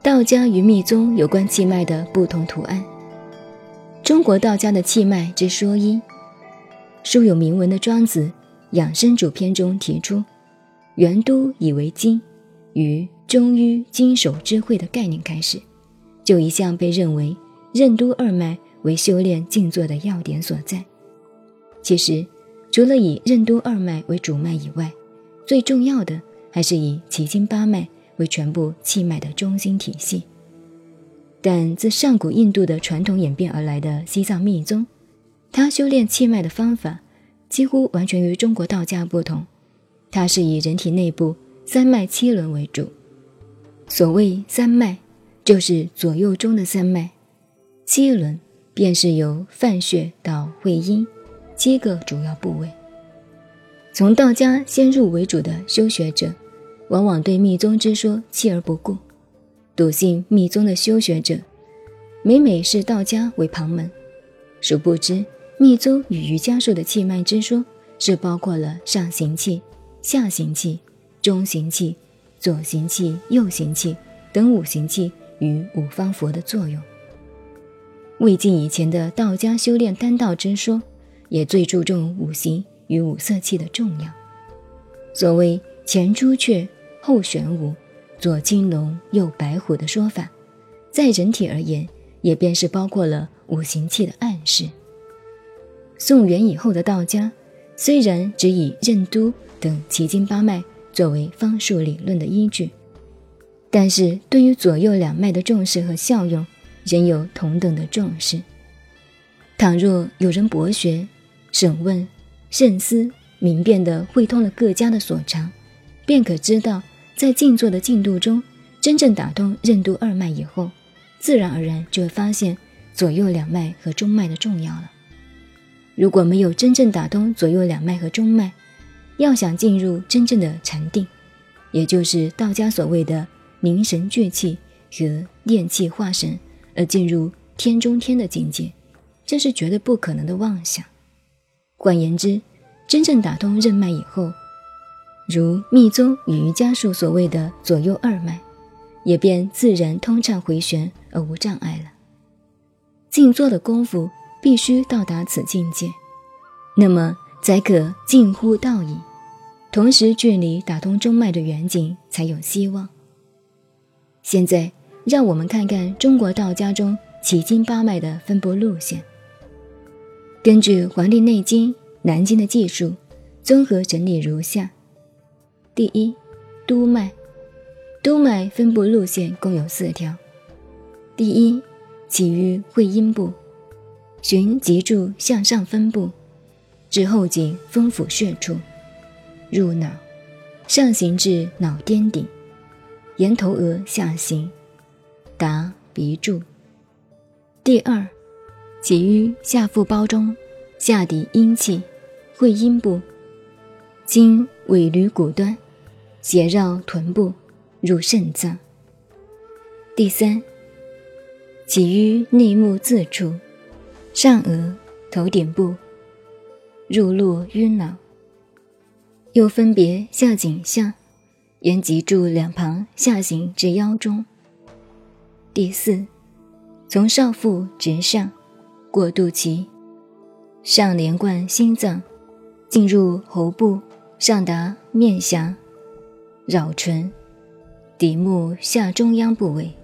道家与密宗有关气脉的不同图案。中国道家的气脉之说一，书有铭文的庄子养生主篇中提出，元都以为经，于中医经手之会的概念开始，就一向被认为任督二脉为修炼静坐的要点所在。其实除了以任督二脉为主脉以外，最重要的还是以奇经八脉为全部气脉的中心体系。但自上古印度的传统演变而来的西藏密宗，它修炼气脉的方法几乎完全与中国道家不同，它是以人体内部三脉七轮为主。所谓三脉，就是左右中的三脉，七轮便是由犯穴到会阴7个主要部位。从道家先入为主的修学者，往往对密宗之说弃而不顾，笃信密宗的修学者每视道家为旁门，殊不知密宗与瑜伽术的气脉之说是包括了上行气、下行气、中行气、左行气、右行气等五行气与五方佛的作用。魏晋以前的道家修炼丹道之说，也最注重五行与五色气的重要。所谓前朱雀后玄武左青龙右白虎的说法，在人体而言也便是包括了五行气的暗示。宋元以后的道家虽然只以任督等奇经八脉作为方术理论的依据，但是对于左右两脉的重视和效用仍有同等的重视。倘若有人博学、审问、慎思、明辨地会通了各家的所长，便可知道在静坐的进度中，真正打通任督二脉以后，自然而然就会发现左右两脉和中脉的重要了。如果没有真正打通左右两脉和中脉，要想进入真正的禅定，也就是道家所谓的凝神聚气和炼气化神，而进入天中天的境界，这是绝对不可能的妄想。换言之，真正打通任脉以后，如密宗与瑜伽术所谓的左右二脉，也便自然通畅回旋而无障碍了。静坐的功夫必须到达此境界，那么才可近乎道矣，同时距离打通中脉的远景才有希望。现在让我们看看中国道家中奇经八脉的分布路线。根据《黄帝内经》南经的记述，综合整理如下。第一，督脉。督脉分布路线共有4条。第一，起于会阴部，循脊柱向上分布，至后颈风府穴处，入脑，上行至脑巅顶，沿头额下行，达鼻柱。第二，起于下腹包中，下抵阴气，会阴部，经尾闾骨端，斜绕臀部，入肾脏。第三，起于内目眦处，上额头顶部，入络晕脑，又分别下颈项，沿脊柱两旁下行至腰中。第四，从少腹直上，过肚脐，上连贯心脏，进入喉部，上达面颊，绕唇，抵目下中央部位。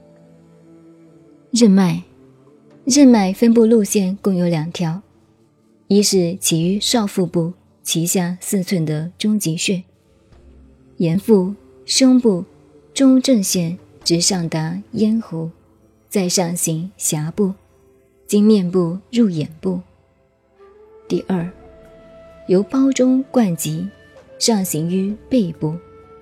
任脉。任脉分布路线共有2条，一是起于少腹部脐下4寸的中极穴，沿腹、胸部、中正线直上达咽喉，再上行颊部，经面部入眼部。第二，由胞中贯脊，上行于背部。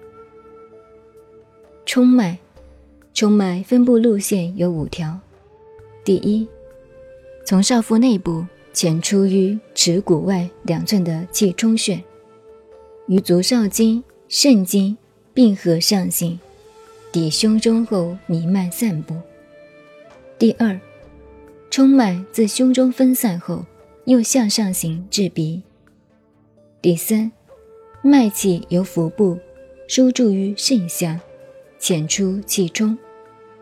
冲脉。冲脉分布路线有5条。第一，从少腹内部前出于耻骨外2寸的气冲穴，于足少经、肾经并合上行，抵胸中后弥漫散布。第二，冲脉自胸中分散后，又向上行至鼻。第三，脉气由腹部输注于肾下，潜出气冲，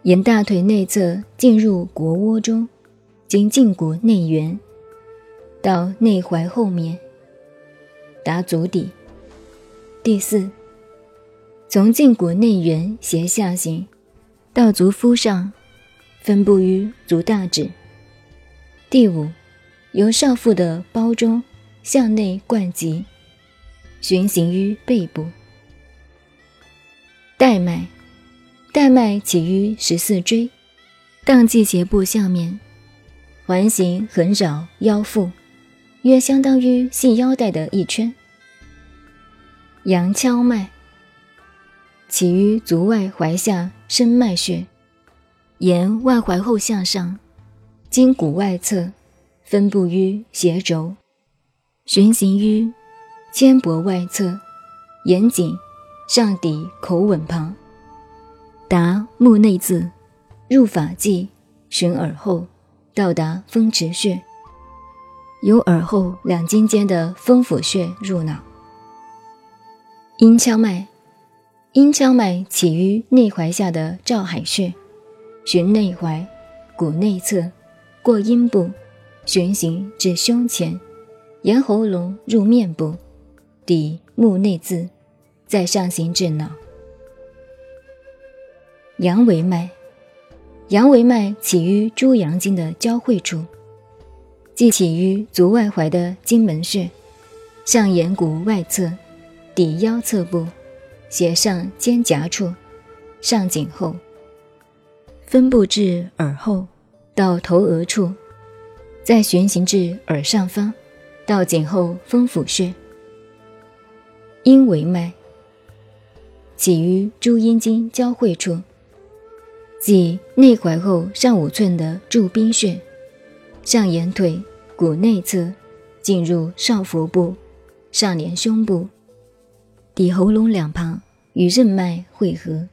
沿大腿内侧进入腘窝中，经胫骨内缘到内踝后面，达足底。第四，从胫骨内缘斜下行到足肤上，分布于足大趾。第五，由少腹的包中向内贯及，循行于背部。带脉，带脉起于14椎，荡际斜部下面，环形横绕腰腹，约相当于系腰带的一圈。阳跷脉，起于足外踝下深脉穴，沿外踝后向上，经骨外侧，分布于斜轴，循行于肩膊外侧，沿颈上抵口吻旁，达目内眦，入发际，循耳后，到达风池穴，由耳后两筋间的风府穴入脑。阴跷脉，阴跷脉起于内踝下的照海穴，循内踝、骨内侧，过阴部，循行至胸前，沿喉咙入面部，抵目内眦，再上行至脑。阳维脉，阳维脉起于诸阳经的交汇处，即起于足外踝的经门穴，上沿骨外侧，抵腰侧部，斜上肩胛处，上颈后，分布至耳后，到头额处，再循行至耳上方，到颈后风府穴。阴维脉起于诸阴经交汇处，即内踝后上5寸的柱宾穴，上沿腿骨内侧，进入少腹部，上连胸部，抵喉咙两旁，与任脉汇合。